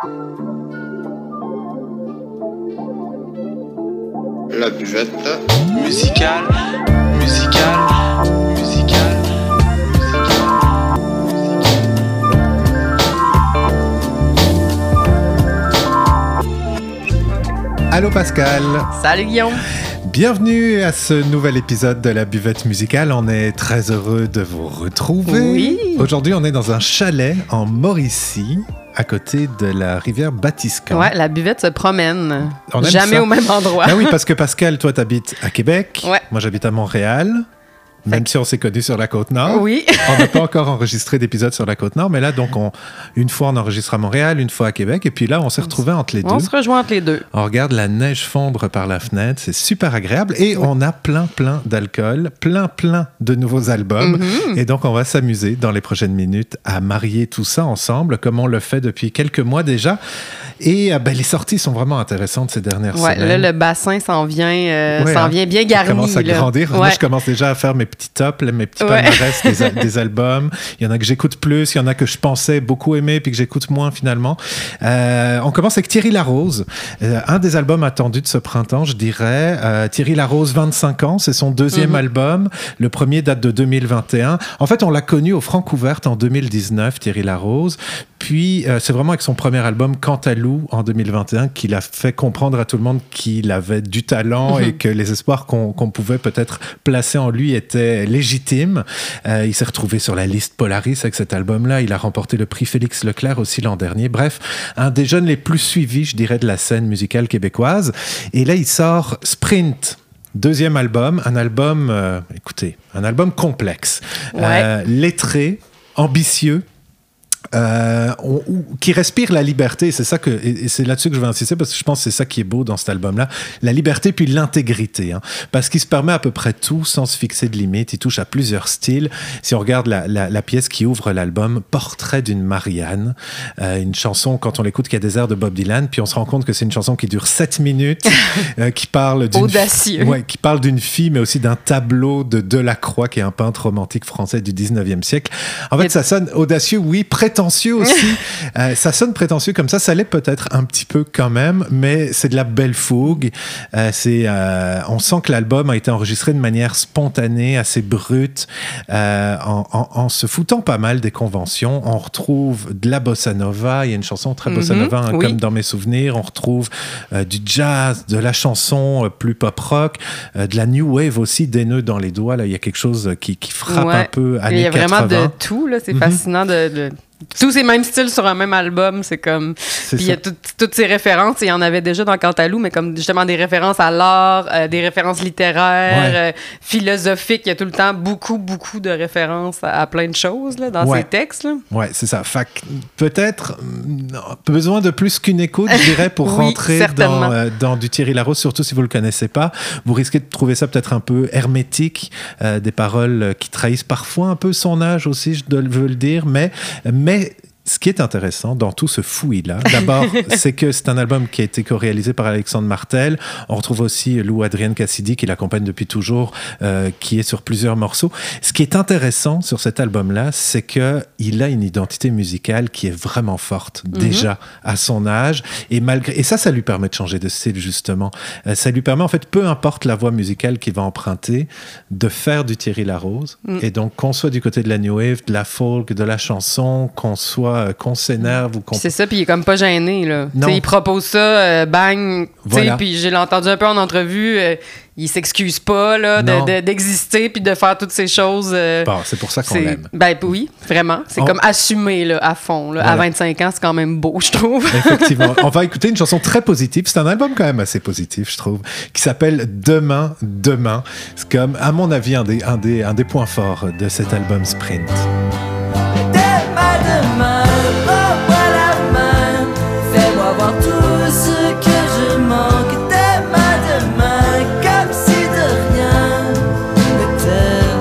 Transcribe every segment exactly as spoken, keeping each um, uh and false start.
La buvette musicale, musicale, musicale, musicale. Allô Pascal. Salut Guillaume. Bienvenue à ce nouvel épisode de la buvette musicale. On est très heureux de vous retrouver. Oui. Aujourd'hui, on est dans un chalet en Mauricie, à côté de la rivière Batiscan. Ouais, la buvette se promène. On aime Jamais ça. au même endroit. Ah oui, parce que Pascal, toi, t'habites à Québec. Ouais. Moi, j'habite à Montréal. Même si on s'est connus sur la Côte-Nord. Oui. On n'a pas encore enregistré d'épisode sur la Côte-Nord, mais là, donc, on, une fois, on enregistre à Montréal, une fois à Québec, et puis là, on s'est retrouvés entre les deux. On se rejoint entre les deux. On regarde la neige fondre par la fenêtre, c'est super agréable, et on a plein, plein d'alcool, plein, plein de nouveaux albums, Mm-hmm. et donc, on va s'amuser dans les prochaines minutes à marier tout ça ensemble, comme on le fait depuis quelques mois déjà. Et euh, ben, les sorties sont vraiment intéressantes ces dernières Ouais, semaines. là, le bassin s'en vient, euh, Ouais, s'en hein, vient bien garni. Ça commence à là. grandir. Ouais. Moi, je commence déjà à faire mes petits tops, là, mes petits Ouais. palmarès des, al- des albums. Il y en a que j'écoute plus, il y en a que je pensais beaucoup aimer puis que j'écoute moins finalement. Euh, on commence avec Thierry Larose, euh, un des albums attendus de ce printemps, je dirais. Euh, Thierry Larose, vingt-cinq ans, c'est son deuxième Mm-hmm. album. Le premier date de deux mille vingt et un. En fait, on l'a connu au Francouverte en deux mille dix-neuf, Thierry Larose. Puis, euh, c'est vraiment avec son premier album, Cantalou, en deux mille vingt et un, qu'il a fait comprendre à tout le monde qu'il avait du talent Mm-hmm. et que les espoirs qu'on qu'on pouvait peut-être placer en lui étaient légitimes. Euh, il s'est retrouvé sur la liste Polaris avec cet album-là. Il a remporté le prix Félix Leclerc aussi l'an dernier. Bref, un des jeunes les plus suivis, je dirais, de la scène musicale québécoise. Et là, il sort Sprint. Deuxième album, un album, euh, écoutez, un album complexe, Ouais. euh, lettré, ambitieux, euh, on, ou, qui respire la liberté. C'est ça que, et, et c'est là-dessus que je vais insister parce que je pense que c'est ça qui est beau dans cet album-là, la liberté puis l'intégrité, hein, parce qu'il se permet à peu près tout sans se fixer de limites. Il touche à plusieurs styles. Si on regarde la, la, la pièce qui ouvre l'album, Portrait d'une Marianne, euh, une chanson quand on l'écoute qui a des airs de Bob Dylan, puis on se rend compte que c'est une chanson qui dure sept minutes, euh, qui parle d'une Audacieux. ouais, qui parle d'une fille, mais aussi d'un tableau de Delacroix, qui est un peintre romantique français du dix-neuvième siècle. En fait, Et... ça sonne audacieux, oui, prétentieux aussi. euh, ça sonne prétentieux comme ça, ça l'est peut-être un petit peu quand même, mais c'est de la belle fougue. Euh, c'est, euh, on sent que l'album a été enregistré de manière spontanée, assez brute, euh, en, en, en se foutant pas mal des conventions. On retrouve de la bossa nova, il y a une chanson très bossa Mm-hmm, nova, hein, oui. comme dans mes souvenirs. On retrouve euh, du jazz, de la chanson euh, plus pop-rock, euh, de la new wave aussi, des nœuds dans les doigts. Là, il y a quelque chose qui, qui frappe Ouais. un peu années Il y a vraiment quatre-vingts. de tout, là. C'est Mm-hmm. fascinant de... de... Tous ces mêmes styles sur un même album, c'est comme... C'est Puis il y a ça. tout- toutes ces références, il y en avait déjà dans Cantalou, mais comme justement des références à l'art, euh, des références littéraires, Ouais. euh, philosophiques. Il y a tout le temps beaucoup, beaucoup de références à, à plein de choses là, dans Ouais. ces textes. Là. Ouais, c'est ça. Fait que peut-être mm, non, besoin de plus qu'une écoute, je dirais, pour Oui, rentrer certainement. dans, euh, dans du Thierry Larose, surtout si vous le connaissez pas. Vous risquez de trouver ça peut-être un peu hermétique, euh, des paroles euh, qui trahissent parfois un peu son âge aussi, je dois- veux le dire, mais, mais ce qui est intéressant dans tout ce fouillis-là, d'abord, c'est que c'est un album qui a été co-réalisé par Alexandre Martel. On retrouve aussi Lou Adrienne Cassidy, qui l'accompagne depuis toujours, euh, qui est sur plusieurs morceaux. Ce qui est intéressant sur cet album-là, c'est qu'il a une identité musicale qui est vraiment forte, Mm-hmm. déjà, à son âge. Et, malgré... et ça, ça lui permet de changer de style, justement. Euh, ça lui permet, en fait, peu importe la voie musicale qu'il va emprunter, de faire du Thierry Larose. Mm. Et donc, qu'on soit du côté de la new wave, de la folk, de la chanson, qu'on soit euh, qu'on s'énerve ou qu'on... C'est ça, puis il est comme pas gêné. Là. Non. T'sais, il propose ça, euh, bang, Voilà. puis j'ai entendu un peu en entrevue, euh, il s'excuse pas là, de- Non. de- d'exister puis de faire toutes ces choses. euh, Bon, c'est pour ça qu'on c'est- l'aime. Ben oui, vraiment. C'est On- comme assumé là, à fond. Là. À Voilà. vingt-cinq ans, c'est quand même beau, je trouve. Effectivement. On va écouter une chanson très positive. C'est un album quand même assez positif, je trouve, qui s'appelle Demain, Demain. C'est comme, à mon avis, un des, un des, un des points forts de cet album Sprint. Demain, demain, revois la main, fais-moi voir tout ce que je manque. Demain, demain, comme si de rien n'était.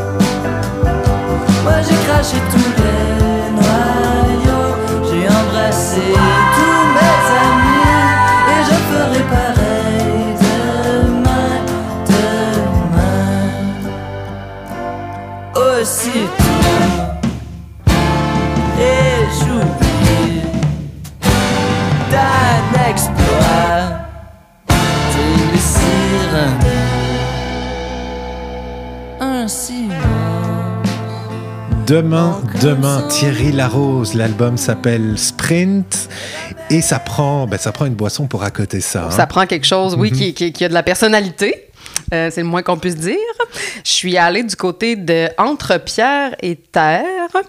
Moi j'ai craché tous les noyaux, j'ai embrassé tous mes amis, et je ferai pareil demain, demain. Aussitôt Demain, demain, Thierry Larose. L'album s'appelle Sprint. Et ça prend, ben, ça prend une boisson pour accoter ça. Hein. Ça prend quelque chose, oui, mm-hmm. qui, qui, qui a de la personnalité. Euh, c'est le moins qu'on puisse dire. Je suis allée du côté de Entre Pierre et Terre,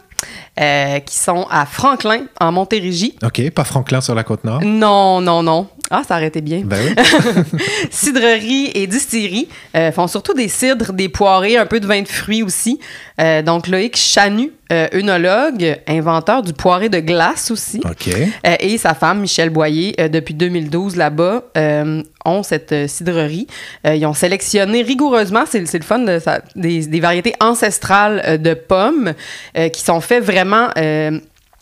euh, qui sont à Franklin, en Montérégie. OK, pas Franklin sur la Côte-Nord? Non, non, non. Ah, ça aurait été bien. Ben oui. Cidrerie et distillerie euh, font surtout des cidres, des poirées, un peu de vin de fruits aussi. Euh, donc, Loïc Chanu, euh, œnologue, inventeur du poiré de glace aussi. OK. Euh, et sa femme, Michel Boyer, euh, depuis deux mille douze là-bas, euh, ont cette euh, cidrerie. Euh, ils ont sélectionné rigoureusement, c'est, c'est le fun, de, ça, des, des variétés ancestrales euh, de pommes euh, qui sont faites vraiment... Euh,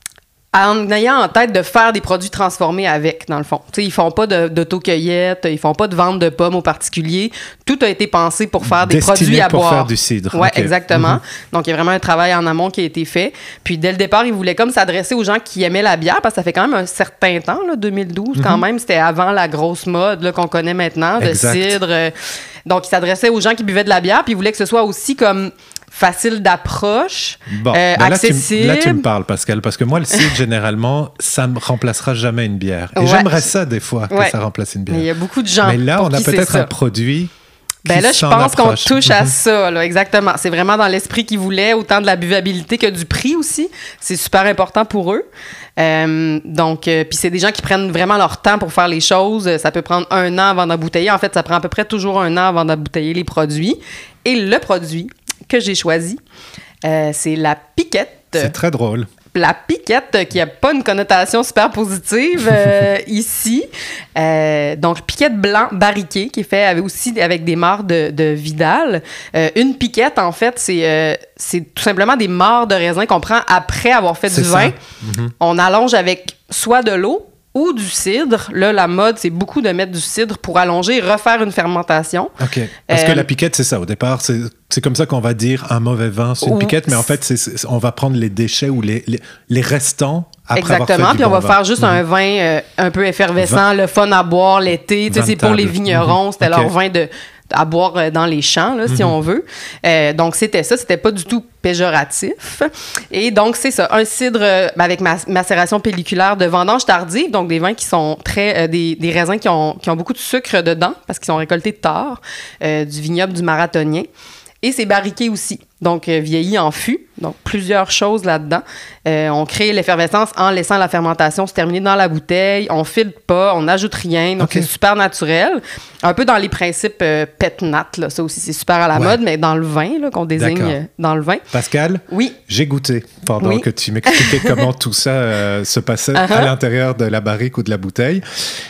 en ayant en tête de faire des produits transformés avec, dans le fond. T'sais, ils font pas de, d'autocueillette, ils font pas de vente de pommes aux particuliers. Tout a été pensé pour faire des Destiné produits à pour boire. Faire du cidre. Oui, okay. exactement. Mm-hmm. Donc, il y a vraiment un travail en amont qui a été fait. Puis, dès le départ, ils voulaient comme s'adresser aux gens qui aimaient la bière, parce que ça fait quand même un certain temps, là, deux mille douze, mm-hmm. quand même. C'était avant la grosse mode là, qu'on connaît maintenant, de exact. cidre. Donc, ils s'adressaient aux gens qui buvaient de la bière, puis ils voulaient que ce soit aussi comme... facile d'approche, bon, euh, ben accessible. Là tu, là, tu me parles, Pascal, parce que moi, le cidre, généralement, ça ne remplacera jamais une bière. Et ouais. j'aimerais ça, des fois, que ouais. ça remplace une bière. Mais il y a beaucoup de gens. Mais là, on a peut-être un produit. Ben là, je pense approche. qu'on touche à ça, là, exactement. C'est vraiment dans l'esprit qu'ils voulaient, autant de la buvabilité que du prix aussi. C'est super important pour eux. Euh, donc, euh, puis c'est des gens qui prennent vraiment leur temps pour faire les choses. Ça peut prendre un an avant d'embouteiller. En fait, ça prend à peu près toujours un an avant d'embouteiller les produits. Et le produit que j'ai choisi, euh, c'est la piquette. C'est très drôle. La piquette, qui n'a pas une connotation super positive euh, ici. Euh, donc, piquette blanc barriqué, qui est fait avec, aussi avec des marcs de, de Vidal. Euh, une piquette, en fait, c'est, euh, c'est tout simplement des marcs de raisin qu'on prend après avoir fait c'est du ça. vin. Mm-hmm. On allonge avec soit de l'eau ou du cidre. Là, la mode, c'est beaucoup de mettre du cidre pour allonger et refaire une fermentation. OK. Parce euh, que la piquette, c'est ça. Au départ, c'est, c'est comme ça qu'on va dire un mauvais vin, c'est une ou, piquette, mais en fait, c'est, c'est, on va prendre les déchets ou les, les, les restants après exactement, avoir fait puis du on bon va vin. faire juste mmh. un vin euh, un peu effervescent, vin. Le fun à boire l'été. C'est pour les vignerons, mmh. c'était okay. leur vin de... à boire dans les champs, là, mm-hmm. si on veut. Euh, donc, c'était ça. C'était pas du tout péjoratif. Et donc, c'est ça. Un cidre euh, avec ma- macération pelliculaire de vendange tardive. Donc, des vins qui sont très... Euh, des, des raisins qui ont, qui ont beaucoup de sucre dedans parce qu'ils sont récoltés tard. Euh, du vignoble du Marathonien. Et c'est barriqué aussi. Donc, euh, vieilli en fût. Donc, plusieurs choses là-dedans. Euh, on crée l'effervescence en laissant la fermentation se terminer dans la bouteille. On filtre pas, on n'ajoute rien. Donc, okay. c'est super naturel. Un peu dans les principes euh, pet nat, là. Ça aussi, c'est super à la ouais. mode, mais dans le vin, là, qu'on désigne euh, dans le vin. Pascal, oui. j'ai goûté pendant oui. que tu m'expliquais comment tout ça euh, se passait uh-huh. à l'intérieur de la barrique ou de la bouteille.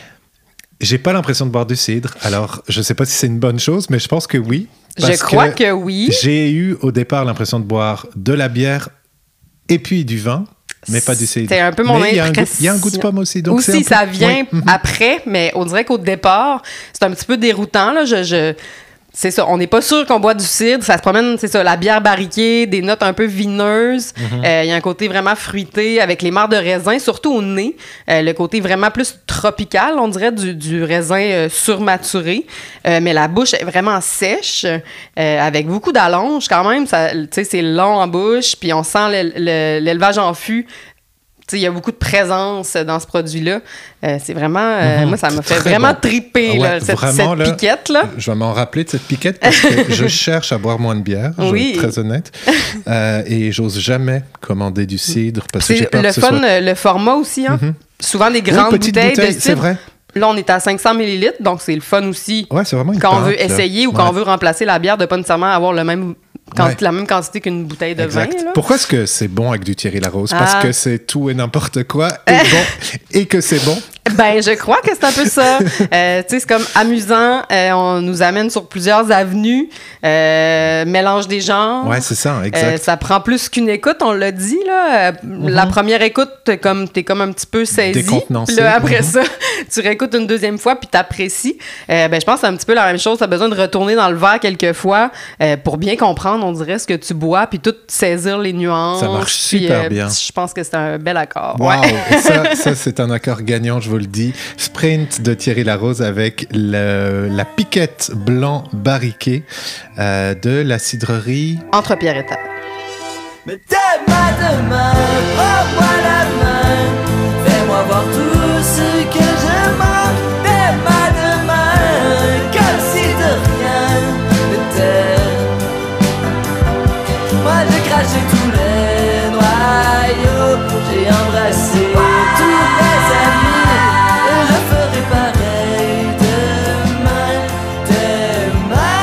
J'ai pas l'impression de boire du cidre. Alors, je sais pas si c'est une bonne chose, mais je pense que oui. Je crois que, que oui. J'ai eu au départ l'impression de boire de la bière et puis du vin, mais pas du cidre. C'est un peu mon mais impression. Il y a un goût de pomme aussi. Donc aussi, c'est un peu... ça vient oui. après, mais on dirait qu'au départ, c'est un petit peu déroutant. Là. Je, je... C'est ça, on n'est pas sûr qu'on boit du cidre. Ça se promène, c'est ça, la bière barriquée, des notes un peu vineuses. Il mm-hmm. euh, y a un côté vraiment fruité avec les marcs de raisin, surtout au nez. Euh, le côté vraiment plus tropical, on dirait, du, du raisin euh, surmaturé. Euh, mais la bouche est vraiment sèche, euh, avec beaucoup d'allonge quand même. Ça, c'est long en bouche, puis on sent le, le, l'élevage en fût. Il y a beaucoup de présence dans ce produit-là. Euh, c'est vraiment... Euh, mmh, moi, ça m'a fait vraiment bon. triper, ah ouais, là, cette, vraiment, cette piquette-là. Je vais m'en rappeler de cette piquette parce que je cherche à boire moins de bière, je oui. vais être très honnête. Euh, et j'ose jamais commander du cidre parce que c'est j'ai peur le que ce fun, soit... le format aussi. Hein? Mmh. Souvent, des grandes oui, bouteilles, bouteilles de cidre. C'est vrai. Là, on est à cinq cents millilitres, donc c'est le fun aussi. Ouais, c'est vraiment quand on veut pente, essayer là. ou quand ouais. on veut remplacer la bière, de pas nécessairement avoir le même... Quand ouais. la même quantité qu'une bouteille de exact. vin. Là. Pourquoi est-ce que c'est bon avec du Thierry Larose? Ah. Parce que c'est tout et n'importe quoi et bon et que c'est bon? Ben, je crois que c'est un peu ça. euh, tu sais, c'est comme amusant. Euh, on nous amène sur plusieurs avenues. Euh, mélange des genres. Ouais, c'est ça, exact. Euh, ça prend plus qu'une écoute, on l'a dit, là. Mm-hmm. La première écoute, t'es comme, t'es comme un petit peu saisi. Décontenancé. Puis là, après mm-hmm. ça, tu réécoutes une deuxième fois, puis t'apprécies. Euh, ben, je pense que c'est un petit peu la même chose. T'as besoin de retourner dans le verre quelques fois euh, pour bien comprendre, on dirait, ce que tu bois, puis tout saisir les nuances. Ça marche puis, super euh, bien. Je pense que c'est un bel accord. Wow. Ouais. Et ça, ça, c'est un accord gagnant, je vous le dis. Sprint de Thierry Larose avec le, la piquette blanc barriquée euh, de la cidrerie Entre Pierre et Terre. Mesdames, demain, prends-moi la main, fais-moi voir tout ce que je manque. Dès-moi demain, comme si de rien n'était. Moi j'ai craché tous les noyaux, j'ai embrassé tous mes amis, et je ferai pareil demain, demain,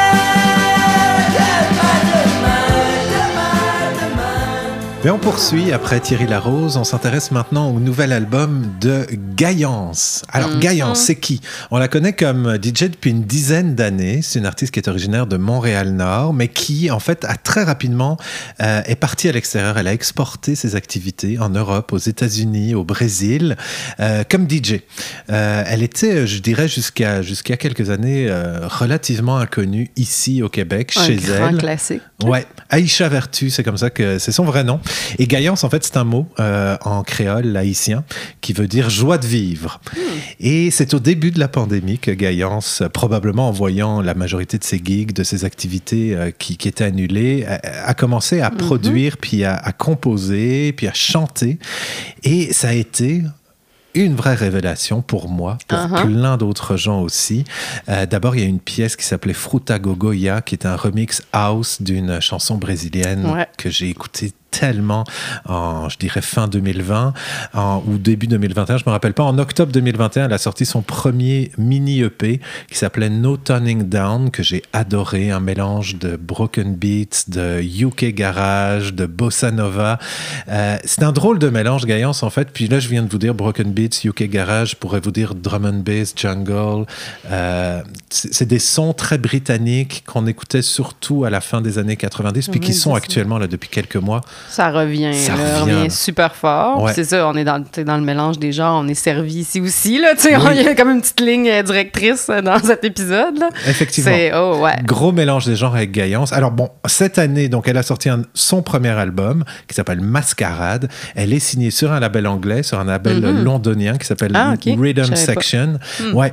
demain, demain, demain. Mais on poursuit après Thierry Larose. On s'intéresse maintenant au nouvel album de Gaillance. Alors, mmh. Gaillance, c'est qui? On la connaît comme D J depuis une dizaine d'années. C'est une artiste qui est originaire de Montréal-Nord, mais qui, en fait, a très rapidement euh, est partie à l'extérieur. Elle a exporté ses activités en Europe, aux États-Unis, au Brésil, euh, comme D J. Euh, elle était, je dirais, jusqu'à jusqu'à quelques années, euh, relativement inconnue ici au Québec, un chez grand elle. Classique. Ouais, Aïcha Vertu, c'est comme ça que c'est son vrai nom. Et Gaillance, en fait, c'est un mot euh, en créole haïtien qui veut dire joie de vivre. Mmh. Et c'est au début de la pandémie que Gaillance, probablement en voyant la majorité de ses gigs, de ses activités euh, qui, qui étaient annulées, a, a commencé à mmh. produire, puis à, à composer, puis à chanter. Et ça a été une vraie révélation pour moi, pour uh-huh. plein d'autres gens aussi. Euh, d'abord, il y a une pièce qui s'appelait Fruta Gogoya, qui est un remix house d'une chanson brésilienne ouais. que j'ai écoutée tellement en, je dirais, fin deux mille vingt en, ou début deux mille vingt et un, je me rappelle pas. En octobre deux mille vingt et un, elle a sorti son premier mini-E P qui s'appelait No Turning Down, que j'ai adoré, un mélange de broken beats, de U K garage, de bossa nova. Euh, c'est un drôle de mélange, Gaillance, en fait. Puis là, je viens de vous dire broken beats, U K garage, je pourrais vous dire drum and bass, jungle. Euh, c'est, c'est des sons très britanniques qu'on écoutait surtout à la fin des années quatre-vingt-dix, puis oui, qui sont actuellement là depuis quelques mois. Ça revient, ça là, revient. revient super fort. Ouais. C'est ça, on est dans, dans le mélange des genres, on est servi ici aussi. Là, oui. Il y a comme une petite ligne directrice dans cet épisode. Là. Effectivement. C'est, oh, ouais. Gros mélange des genres avec Gaillance. Alors bon, cette année, donc, elle a sorti un, son premier album qui s'appelle Mascarade. Elle est signée sur un label anglais, sur un label mm-hmm. londonien qui s'appelle ah, okay. Rhythm Section. Mm. Ouais.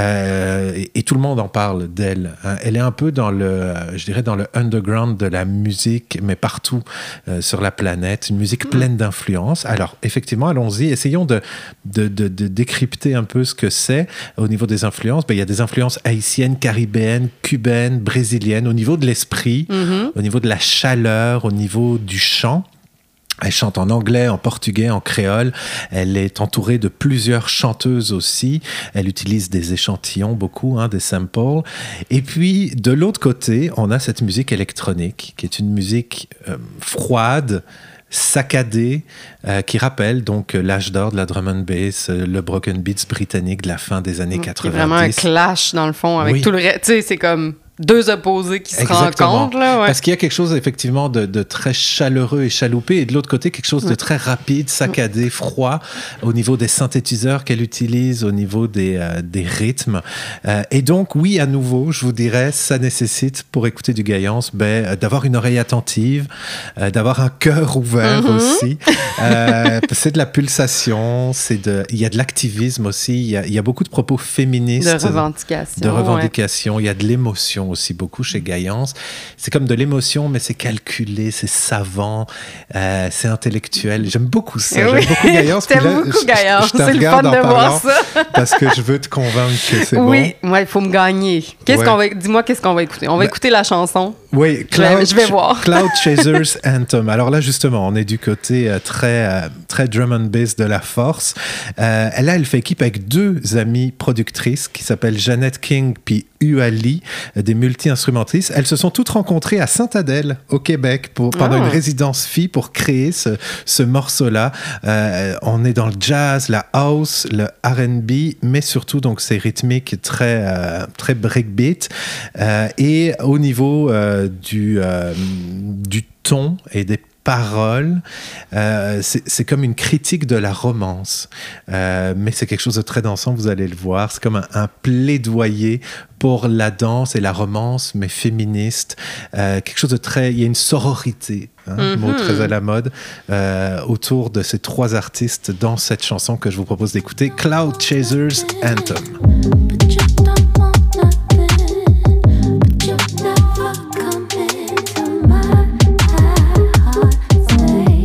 Euh, et, et tout le monde en parle d'elle. Hein. Elle est un peu dans le, je dirais, dans le underground de la musique, mais partout euh, sur la planète, une musique mmh. pleine d'influences. Alors, effectivement, allons-y, essayons de, de, de, de décrypter un peu ce que c'est au niveau des influences. Ben, il y a des influences haïtiennes, caribéennes, cubaines, brésiliennes, au niveau de l'esprit, mmh. au niveau de la chaleur, au niveau du chant. Elle chante en anglais, en portugais, en créole. Elle est entourée de plusieurs chanteuses aussi. Elle utilise des échantillons, beaucoup, hein, des samples. Et puis, de l'autre côté, on a cette musique électronique, qui est une musique euh, froide, saccadée, euh, qui rappelle donc l'âge d'or de la drum and bass, euh, le broken beats britannique de la fin des années quatre-vingt-dix. C'est vraiment un clash, dans le fond, avec oui. tout le reste. Tu sais, c'est comme deux opposés qui se Exactement. rencontrent. Là, ouais. Parce qu'il y a quelque chose, effectivement, de, de très chaleureux et chaloupé, et de l'autre côté, quelque chose de très rapide, saccadé, froid, au niveau des synthétiseurs qu'elle utilise, au niveau des, euh, des rythmes. Euh, et donc, oui, à nouveau, je vous dirais, ça nécessite, pour écouter du Gaillance, ben, d'avoir une oreille attentive, euh, d'avoir un cœur ouvert mm-hmm. aussi. Euh, c'est de la pulsation, c'est de, il y a de l'activisme aussi, il y a, il y a beaucoup de propos féministes. De revendication. De revendication, ouais. Il y a de l'émotion aussi beaucoup chez Gaillance. C'est comme de l'émotion, mais c'est calculé, c'est savant, euh, c'est intellectuel. J'aime beaucoup ça. Oui. J'aime beaucoup Gaillance. T'aimes là, beaucoup je, Gaillance. Je, je c'est le fun de voir ça. Parce que je veux te convaincre que c'est oui, bon. Oui, ouais, il faut me gagner. Qu'est-ce ouais. qu'on va, dis-moi qu'est-ce qu'on va écouter. On va ben, écouter la chanson. Oui, Cloud, je, vais, je vais voir. Cloud Chasers Anthem. Alors là, justement, on est du côté euh, très, euh, très drum and bass de la force. Euh, là, elle fait équipe avec deux amies productrices qui s'appellent Jeannette King puis Uali, des multi-instrumentistes. Elles se sont toutes rencontrées à Sainte-Adèle, au Québec, pour, pendant oh. une résidence fille pour créer ce, ce morceau-là. Euh, on est dans le jazz, la house, le R and B, mais surtout donc ces rythmiques très, euh, très breakbeat. Euh, et au niveau euh, du, euh, du ton et des paroles, euh, c'est, c'est comme une critique de la romance, euh, mais c'est quelque chose de très dansant, vous allez le voir. C'est comme un, un plaidoyer pour la danse et la romance, mais féministe. Euh, quelque chose de très... Il y a une sororité, hein, mm-hmm. mot très à la mode, euh, autour de ces trois artistes dans cette chanson que je vous propose d'écouter, Cloud Chasers Anthem. Stay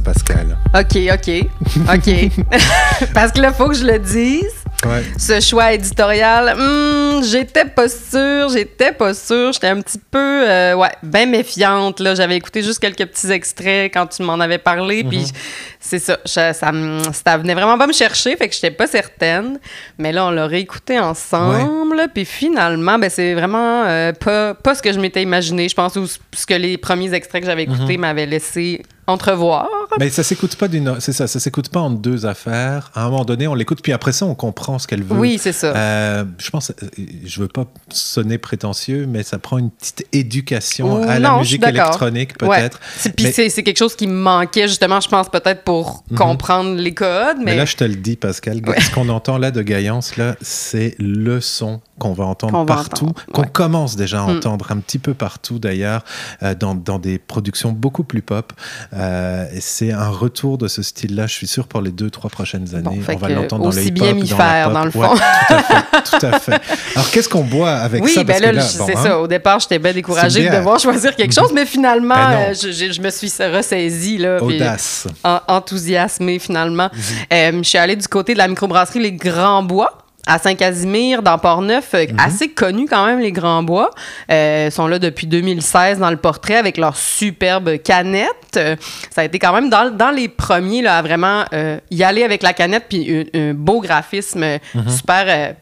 Pascal. OK, OK, OK. Parce que là, il faut que je le dise. Ouais. Ce choix éditorial, hmm, j'étais pas sûre, j'étais pas sûre. J'étais un petit peu, euh, ouais, bien méfiante. Là. J'avais écouté juste quelques petits extraits quand tu m'en avais parlé. Mm-hmm. Puis c'est ça, ça, ça, ça venait vraiment pas me chercher, fait que j'étais pas certaine. Mais là, on l'a réécouté ensemble. Ouais. Puis finalement, ben, c'est vraiment euh, pas, pas ce que je m'étais imaginé. Je pense ou ce que les premiers extraits que j'avais écoutés mm-hmm. m'avaient laissé entrevoir. Mais ça s'écoute pas d'une, c'est ça, ça s'écoute pas en deux affaires. À un moment donné, on l'écoute, puis après ça, on comprend ce qu'elle veut. Oui, c'est ça. Euh, je pense, je veux pas sonner prétentieux, mais ça prend une petite éducation à non, la musique électronique, peut-être. Ouais. Puis mais... c'est, c'est quelque chose qui me manquait, justement, je pense, peut-être pour mm-hmm. comprendre les codes. Mais... mais là, je te le dis, Pascal, ouais. ce qu'on entend là de Gaillance, là, c'est le son qu'on va entendre qu'on partout, va entendre. qu'on ouais. commence déjà à mm. entendre un petit peu partout, d'ailleurs, euh, dans, dans des productions beaucoup plus pop. Euh, et c'est un retour de ce style-là, je suis sûr, pour les deux, trois prochaines années. Bon, on va l'entendre dans le hip-hop, bien m'y dans faire, la pop. dans le fond. Ouais, tout à fait, tout à fait. Alors, qu'est-ce qu'on boit avec oui, ça? Ben Parce là, que là c'est bon, ça. Hein? Au départ, j'étais bien découragée de devoir choisir quelque chose, mais finalement, ben euh, je, je me suis ressaisie. Là, audace. Puis, en, enthousiasmée, finalement. Mm-hmm. Euh, je suis allée du côté de la microbrasserie Les Grands Bois, à Saint-Casimir, dans Port-Neuf, mm-hmm. assez connus quand même, les Grands Bois. Euh, ils sont là depuis deux mille seize dans le portrait avec leurs superbes canettes. Euh, ça a été quand même dans, dans les premiers là, à vraiment euh, y aller avec la canette, puis un, un beau graphisme mm-hmm. super... Euh,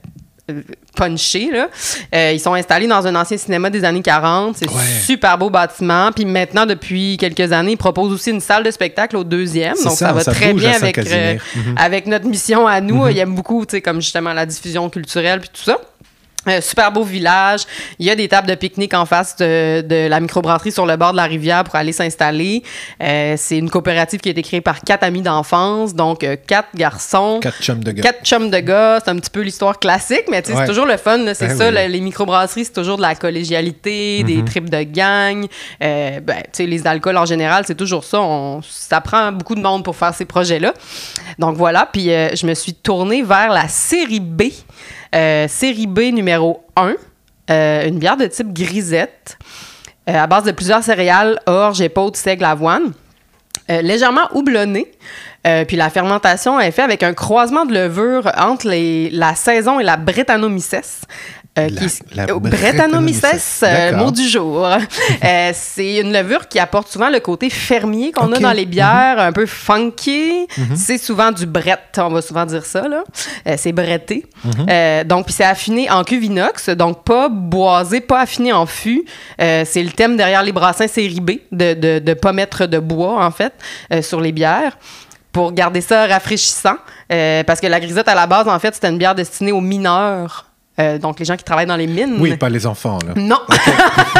punché, là. Euh, ils sont installés dans un ancien cinéma des années quarante. C'est ouais. super beau bâtiment. Puis maintenant, depuis quelques années, ils proposent aussi une salle de spectacle au deuxième. C'est donc, ça, ça va ça très bien avec, euh, mm-hmm. avec notre mission à nous. Mm-hmm. Ils aiment beaucoup, tu sais, comme justement la diffusion culturelle puis tout ça. Euh, super beau village. Il y a des tables de pique-nique en face de, de la microbrasserie sur le bord de la rivière pour aller s'installer. Euh, c'est une coopérative qui a été créée par quatre amis d'enfance, donc euh, quatre garçons. Quatre chums de gars. Quatre chums de gars. C'est un petit peu l'histoire classique, mais tu sais, ouais. c'est toujours le fun. Là, c'est ben ça, oui. la, les microbrasseries, c'est toujours de la collégialité, mm-hmm. des trips de gang. Euh, ben, tu sais, les alcools en général, c'est toujours ça. On, ça prend beaucoup de monde pour faire ces projets-là. Donc voilà, puis euh, je me suis tournée vers la série B. Euh, série B numéro un, euh, une bière de type grisette, euh, à base de plusieurs céréales, orge, épaule, seigle, avoine, euh, légèrement houblonnée. Euh, puis la fermentation est faite avec un croisement de levure entre les, la saison et la Brettanomyces. Euh, la, qui, la Brettanomyces, euh, mot du jour. euh, c'est une levure qui apporte souvent le côté fermier qu'on okay. a dans les bières, mm-hmm. un peu funky. Mm-hmm. C'est souvent du brett, on va souvent dire ça, là. Euh, c'est bretté. Mm-hmm. Euh, donc, puis c'est affiné en cuve inox, donc pas boisé, pas affiné en fût. Euh, c'est le thème derrière les brassins série B, de de, de pas mettre de bois, en fait, euh, sur les bières, pour garder ça rafraîchissant. Euh, parce que la grisette, à la base, en fait, c'était une bière destinée aux mineurs. Euh, donc, les gens qui travaillent dans les mines. Oui, pas les enfants, là. Non. Okay.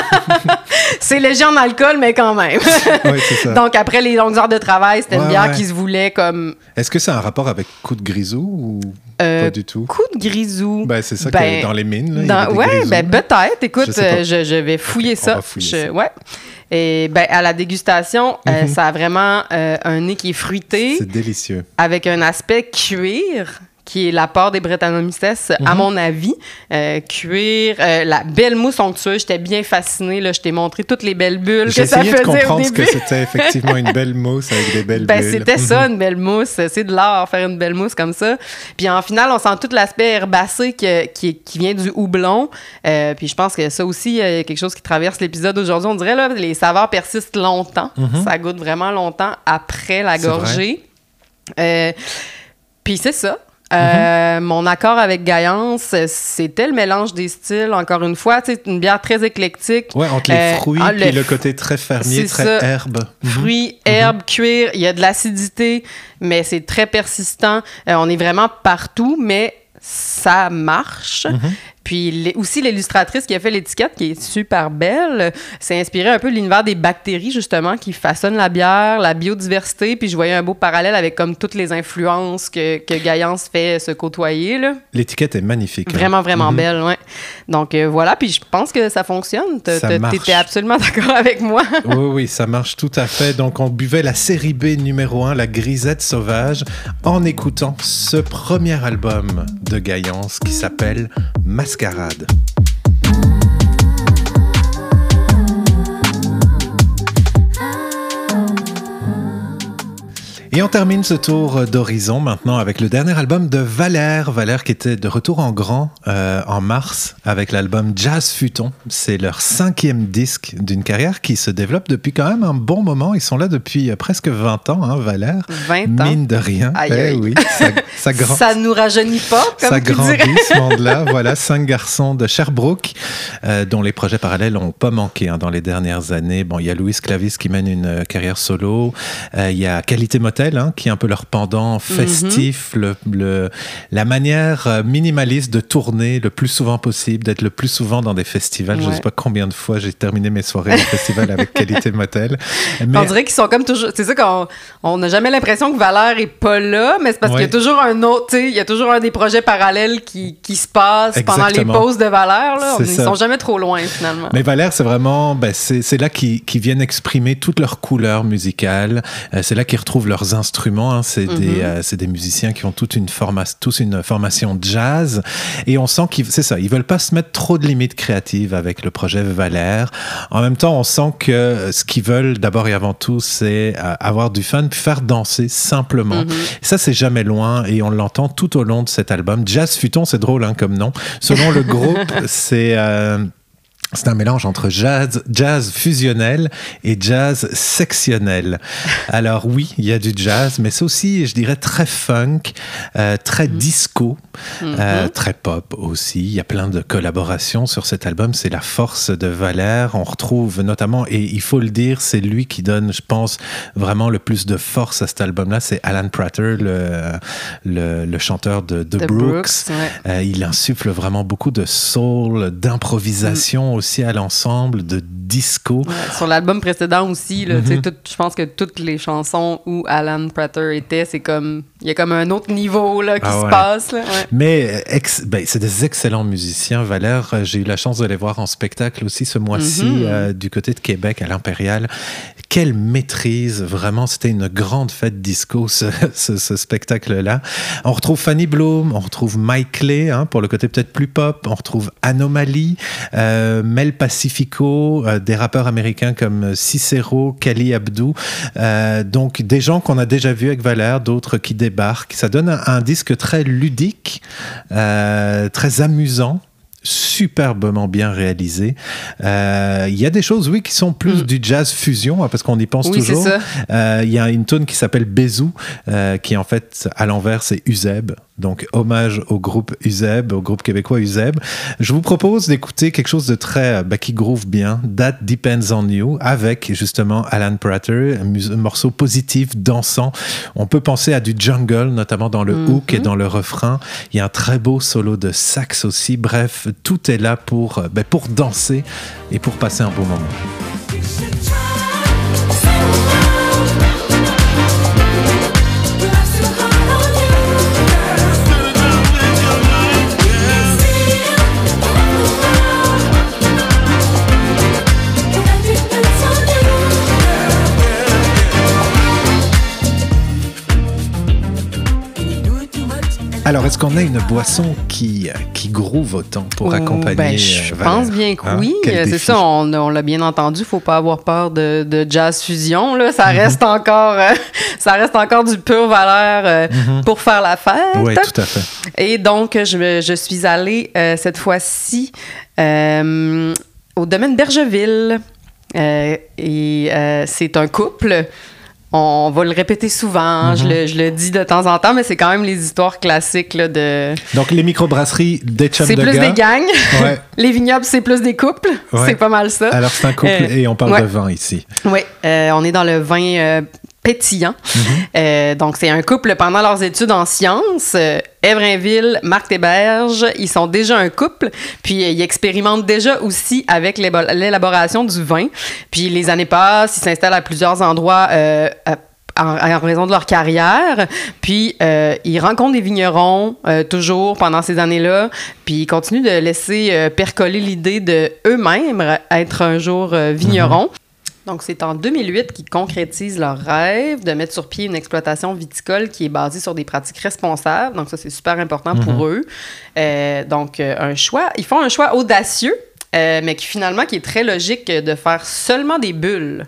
C'est léger en alcool, mais quand même. Oui, c'est ça. Donc, après les longues heures de travail, c'était ouais, une bière ouais. qui se voulait comme... Est-ce que c'est un rapport avec coup de grisou ou euh, pas du tout? Coup de grisou. Ben, c'est ça ben, que dans les mines, là, dans, ouais, ben peut-être. Écoute, je, je, je vais fouiller okay, ça. On va fouiller je, ça. Ouais. Et ben, à la dégustation, mm-hmm. euh, ça a vraiment euh, un nez qui est fruité. C'est délicieux. Avec un aspect cuir, qui est l'apport des Brettanomyces, mm-hmm. à mon avis. Euh, cuir, euh, la belle mousse onctueuse, j'étais bien fascinée. Là, je t'ai montré toutes les belles bulles J'ai que ça faisait de comprendre au ce début. que c'était effectivement une belle mousse avec des belles ben, bulles. C'était mm-hmm. ça, une belle mousse. C'est de l'art, faire une belle mousse comme ça. Puis en finale, on sent tout l'aspect herbacé que, qui, qui vient du houblon. Euh, puis je pense que ça aussi, euh, quelque chose qui traverse l'épisode aujourd'hui. On dirait, là, les saveurs persistent longtemps. Mm-hmm. Ça goûte vraiment longtemps après la gorgée. Euh, puis c'est ça. Euh, mm-hmm. Mon accord avec Gaillance, c'était le mélange des styles, encore une fois. C'est une bière très éclectique. Oui, entre les fruits et euh, le, le côté très fermier, très ça. herbe. Fruits, mm-hmm. herbes, cuir. Il y a de l'acidité, mais c'est très persistant. Euh, on est vraiment partout, mais ça marche. Mm-hmm. Puis les, aussi, l'illustratrice qui a fait l'étiquette, qui est super belle, s'est inspirée un peu de l'univers des bactéries, justement, qui façonnent la bière, la biodiversité. Puis je voyais un beau parallèle avec comme toutes les influences que, que Gaillance fait se côtoyer, là. L'étiquette est magnifique. Vraiment, hein? vraiment mm-hmm. belle, oui. Donc euh, voilà, puis je pense que ça fonctionne. T- ça t- marche. T'étais absolument d'accord avec moi. Oui, oui, ça marche tout à fait. Donc on buvait la série B numéro un, la Grisette Sauvage, en écoutant ce premier album de Gaillance qui s'appelle Mascarade. Et on termine ce tour d'horizon maintenant avec le dernier album de Valère. Valère qui était de retour en grand euh, en mars avec l'album Jazz Futon. C'est leur cinquième disque d'une carrière qui se développe depuis quand même un bon moment. Ils sont là depuis presque vingt ans, hein, Valère. vingt ans. Mine de rien. Aïe, eh aïe. oui, ça, ça, grand... ça nous rajeunit pas, comme ça tu grandit dirais. ce monde-là. Voilà, cinq garçons de Sherbrooke euh, dont les projets parallèles n'ont pas manqué hein, dans les dernières années. Bon, il y a Louis Clavis qui mène une euh, carrière solo. Euh, il y a Qualité Motel hein, qui est un peu leur pendant festif, mm-hmm. le, le, la manière minimaliste de tourner le plus souvent possible, d'être le plus souvent dans des festivals. Ouais. Je ne sais pas combien de fois j'ai terminé mes soirées de festival avec Qualité Motel. Mais... On dirait qu'ils sont comme toujours... C'est ça qu'on n'a jamais l'impression que Valère n'est pas là, mais c'est parce ouais. qu'il y a toujours un autre... Tu sais, il y a toujours un des projets parallèles qui, qui se passe Exactement. Pendant les pauses de Valère. Là. Ils ne sont jamais trop loin, finalement. Mais Valère, c'est vraiment... Ben, c'est, c'est là qu'ils, qu'ils viennent exprimer toutes leurs couleurs musicales. Euh, c'est là qu'ils retrouvent leurs instruments. Hein. C'est, mm-hmm. des, euh, c'est des musiciens qui ont toute une forma- tous une formation jazz. Et on sent qu'ils... C'est ça, ils veulent pas se mettre trop de limites créatives avec le projet Valère. En même temps, on sent que ce qu'ils veulent, d'abord et avant tout, c'est euh, avoir du fun puis faire danser simplement. Mm-hmm. Ça, c'est jamais loin et on l'entend tout au long de cet album. Jazz Futon, c'est drôle hein, comme nom. Selon le groupe, c'est... Euh, C'est un mélange entre jazz, jazz fusionnel et jazz sectionnel. Alors oui, il y a du jazz, mais c'est aussi, je dirais, très funk, euh, très disco, mm-hmm. euh, très pop aussi. Il y a plein de collaborations sur cet album. C'est la force de Valère. On retrouve notamment, et il faut le dire, c'est lui qui donne, je pense, vraiment le plus de force à cet album-là. C'est Alan Prater, le, le, le chanteur de The, The Brooks. Brooks ouais. euh, il insuffle vraiment beaucoup de soul, d'improvisation. Mm. aussi à l'ensemble, de disco. Ouais, sur l'album précédent aussi, là, mm-hmm. tout, je pense que toutes les chansons où Alan Prater était, c'est comme, il y a comme un autre niveau là, qui ah, se ouais. passe. Là, ouais. Mais ex, ben, c'est des excellents musiciens. Valère, j'ai eu la chance de les voir en spectacle aussi ce mois-ci mm-hmm. euh, du côté de Québec, à l'Impérial. Quelle maîtrise, vraiment, c'était une grande fête disco, ce, ce, ce spectacle-là. On retrouve Fanny Bloom, on retrouve Mike Clay, hein, pour le côté peut-être plus pop, on retrouve Anomaly, euh, Mel Pacifico, euh, des rappeurs américains comme Cicero, Kali Abdou, euh, donc des gens qu'on a déjà vus avec Valère, d'autres qui débarquent. Ça donne un, un disque très ludique, euh, très amusant, superbement bien réalisé. Il euh, y a des choses, oui, qui sont plus mm. du jazz fusion, hein, parce qu'on y pense oui, toujours. Il euh, y a une tune qui s'appelle Bézou, euh, qui en fait, à l'envers, c'est Uzeb. Donc, hommage au groupe Uzeb, au groupe québécois Uzeb. Je vous propose d'écouter quelque chose de très, bah, qui groove bien, That Depends on You, avec justement Alan Prater, un, mus- un morceau positif, dansant. On peut penser à du jungle, notamment dans le mm-hmm. hook et dans le refrain. Il y a un très beau solo de sax aussi. Bref, tout est là pour, bah, pour danser et pour passer un bon moment. Alors, est-ce qu'on a une boisson qui, qui groove autant pour accompagner ben, je euh, Valère, pense bien que hein? oui. Quel c'est défi. ça, on, on l'a bien entendu. Il ne faut pas avoir peur de, de jazz fusion. Là. Ça, mm-hmm. reste encore, euh, ça reste encore du pur Valère euh, mm-hmm. pour faire la fête. Oui, tout à fait. Et donc, je, je suis allée euh, cette fois-ci euh, au domaine Bergeville. Euh, et euh, c'est un couple. On va le répéter souvent, mm-hmm. je, le, je le dis de temps en temps, mais c'est quand même les histoires classiques là, de... Donc, les microbrasseries des chums de gars. C'est plus des gangs. Ouais. Les vignobles, c'est plus des couples. Ouais. C'est pas mal ça. Alors, c'est un couple euh, et on parle ouais. de vin ici. Oui, euh, on est dans le vin euh, pétillant. Mm-hmm. Euh, donc, c'est un couple pendant leurs études en sciences. Euh, Évrainville, Marc Théberge, ils sont déjà un couple, puis euh, ils expérimentent déjà aussi avec l'ébo- l'élaboration du vin. Puis les années passent, ils s'installent à plusieurs endroits euh, à En, en raison de leur carrière. Puis, euh, ils rencontrent des vignerons euh, toujours pendant ces années-là. Puis, ils continuent de laisser euh, percoler l'idée de eux-mêmes être un jour euh, vignerons. Mm-hmm. Donc, c'est en deux mille huit qu'ils concrétisent leur rêve de mettre sur pied une exploitation viticole qui est basée sur des pratiques responsables. Donc, ça, c'est super important mm-hmm. pour eux. Euh, donc, euh, un choix. Ils font un choix audacieux, euh, mais qui finalement qui est très logique de faire seulement des bulles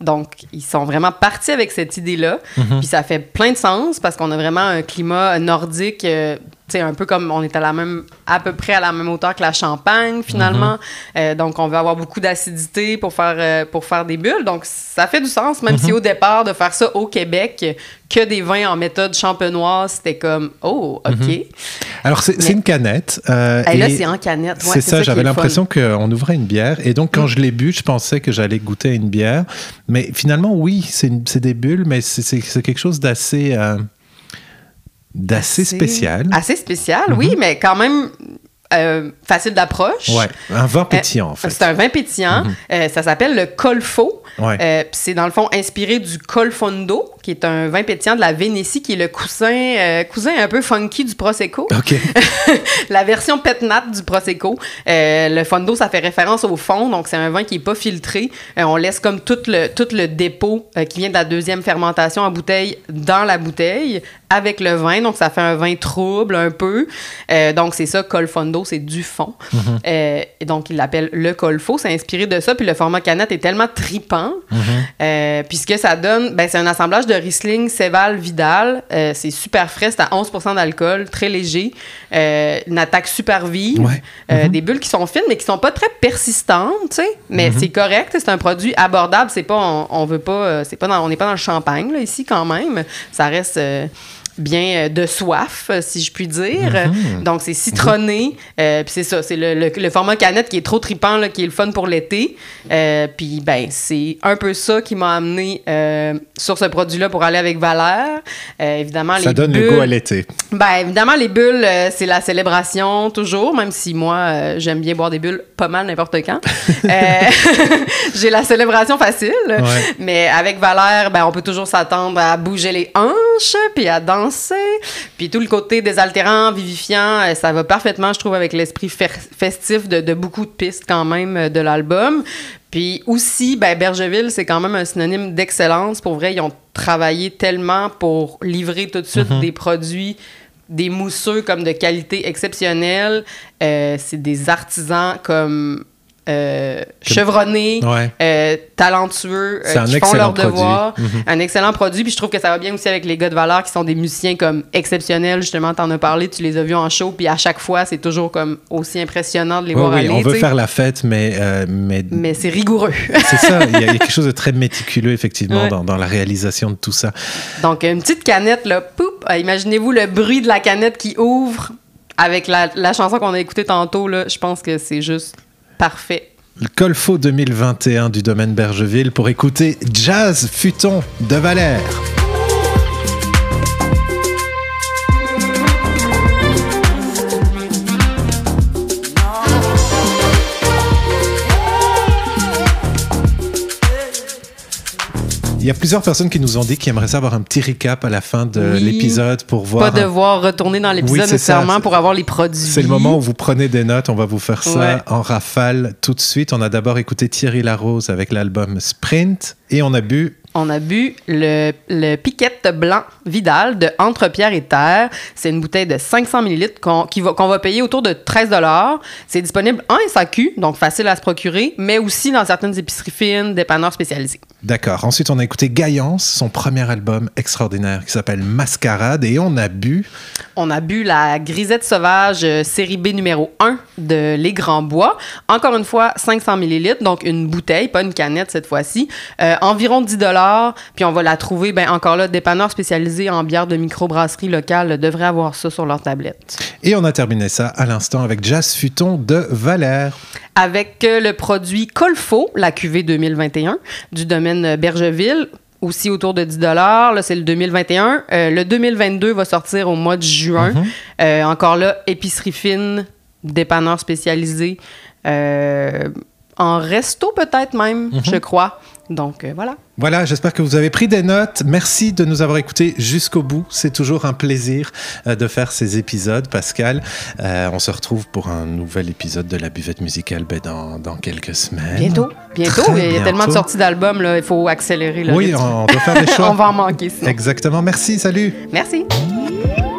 Donc, ils sont vraiment partis avec cette idée-là. Mm-hmm. Puis ça fait plein de sens parce qu'on a vraiment un climat nordique, euh, tu sais, un peu comme on est à la même, à peu près à la même hauteur que la Champagne, finalement. Mm-hmm. Euh, donc, on veut avoir beaucoup d'acidité pour faire, euh, pour faire des bulles. Donc, ça fait du sens, même mm-hmm. si au départ, de faire ça au Québec, que des vins en méthode champenoise, c'était comme, oh, OK. Mm-hmm. Alors, c'est, Mais, c'est une canette. Euh, et là, c'est en canette. Ouais, c'est, c'est ça, ça j'avais l'impression fun. qu'on ouvrait une bière. Et donc, quand mm. je l'ai bu, je pensais que j'allais goûter à une bière. Mais finalement, oui, c'est, une, c'est des bulles, mais c'est, c'est, c'est quelque chose d'assez, euh, d'assez assez, spécial. Assez spécial, mm-hmm. oui, mais quand même... Euh, facile d'approche. Ouais, un vin pétillant, euh, en fait. C'est un vin pétillant. Mm-hmm. Euh, ça s'appelle le Colfo. Ouais. Euh, c'est dans le fond inspiré du Colfondo, qui est un vin pétillant de la Vénétie, qui est le cousin, euh, cousin un peu funky du Prosecco. OK. La version pétnate du Prosecco. Euh, le Fondo, ça fait référence au fond, donc c'est un vin qui n'est pas filtré. Euh, on laisse comme tout le, tout le dépôt euh, qui vient de la deuxième fermentation en bouteille dans la bouteille avec le vin. Donc, ça fait un vin trouble un peu. Euh, donc, c'est ça, Colfondo, c'est du fond. Mm-hmm. Euh, et donc, il l'appelle le Colfo. C'est inspiré de ça. Puis le format canette est tellement tripant. Mm-hmm. Euh, puis ce que ça donne, ben, c'est un assemblage de Riesling, Céval, Vidal. Euh, c'est super frais. C'est à onze pour cent d'alcool, très léger. Euh, une attaque super vive. Ouais. Euh, mm-hmm. Des bulles qui sont fines, mais qui sont pas très persistantes, tu sais. Mais mm-hmm. c'est correct. C'est un produit abordable. C'est pas, on, on veut pas, c'est pas dans, on n'est pas dans le champagne, là, ici, quand même. Ça reste... Euh, bien de soif, si je puis dire. Mm-hmm. Donc, c'est citronné. Mm-hmm. Euh, puis c'est ça, c'est le, le, le format canette qui est trop tripant, là, qui est le fun pour l'été. Euh, puis, ben, c'est un peu ça qui m'a amené euh, sur ce produit-là pour aller avec Valère. Euh, évidemment, ça les donne bulles, le goût à l'été. Ben, évidemment, les bulles, euh, c'est la célébration, toujours, même si moi, euh, j'aime bien boire des bulles pas mal n'importe quand. euh, j'ai la célébration facile. Ouais. Mais avec Valère, ben, on peut toujours s'attendre à bouger les hanches, puis à danser. Puis tout le côté désaltérant, vivifiant, ça va parfaitement, je trouve, avec l'esprit fer- festif de, de beaucoup de pistes quand même de l'album. Puis aussi, ben, Bergeville, c'est quand même un synonyme d'excellence. Pour vrai, ils ont travaillé tellement pour livrer tout de suite mm-hmm. des produits, des mousseux comme de qualité exceptionnelle. Euh, c'est des artisans comme... Euh, chevronnés, ouais. euh, talentueux, euh, qui font leur devoir. Mm-hmm. Un excellent produit. Puis je trouve que ça va bien aussi avec les gars de Valeur qui sont des musiciens comme exceptionnels. Justement, t'en as parlé, tu les as vus en show. Puis à chaque fois, c'est toujours comme aussi impressionnant de les oui, voir oui, aller. On veut t'sais. faire la fête, mais... Euh, mais... mais c'est rigoureux. C'est ça. Il y, y a quelque chose de très méticuleux, effectivement, ouais. dans, dans la réalisation de tout ça. Donc, une petite canette, là, poup, euh, imaginez-vous le bruit de la canette qui ouvre avec la, la chanson qu'on a écoutée tantôt. Là, je pense que c'est juste parfait. Le Colfo deux mille vingt et un du domaine Bergeville pour écouter Jazz Futon de Valère. Il y a plusieurs personnes qui nous ont dit qu'ils aimeraient savoir un petit recap à la fin de oui, l'épisode pour voir... Pas devoir retourner dans l'épisode oui, nécessairement ça. Pour avoir les produits. C'est le moment où vous prenez des notes. On va vous faire ça ouais. en rafale tout de suite. On a d'abord écouté Thierry Larose avec l'album Sprint et on a bu... On a bu le, le Piquette blanc Vidal de Entre Pierre et Terre. C'est une bouteille de cinq cents millilitres qu'on, qui va, qu'on va payer autour de treize dollars. C'est disponible en S A Q, donc facile à se procurer, mais aussi dans certaines épiceries fines, dépanneurs spécialisés. D'accord. Ensuite, on a écouté Gaillance, son premier album extraordinaire qui s'appelle Mascarade, et on a bu... On a bu la Grisette Sauvage euh, série B numéro un de Les Grands Bois. Encore une fois, cinq cents millilitres, donc une bouteille, pas une canette cette fois-ci. Euh, environ dix dollars. Puis on va la trouver, ben encore là, dépanneurs spécialisés en bière de microbrasserie locale devraient avoir ça sur leur tablette. Et on a terminé ça à l'instant avec Jazz Futon de Valère. Avec euh, le produit Colfo, la cuvée deux mille vingt et un du domaine Bergeville. Aussi autour de dix dollars. Là, c'est le deux mille vingt et un. Euh, le deux mille vingt-deux va sortir au mois de juin. Mm-hmm. Euh, encore là, épicerie fine, dépanneurs spécialisés. Euh, en resto peut-être même, mm-hmm. je crois. Donc, euh, voilà. Voilà, j'espère que vous avez pris des notes. Merci de nous avoir écoutés jusqu'au bout. C'est toujours un plaisir euh, de faire ces épisodes, Pascal. Euh, on se retrouve pour un nouvel épisode de La Buvette Musicale ben, dans, dans quelques semaines. Bientôt, bientôt. Très il y a bientôt. Tellement de sorties d'albums, là, il faut accélérer. Le oui, rythme. On, on doit faire des choix. On va en manquer sinon. Exactement. Merci, salut. Merci.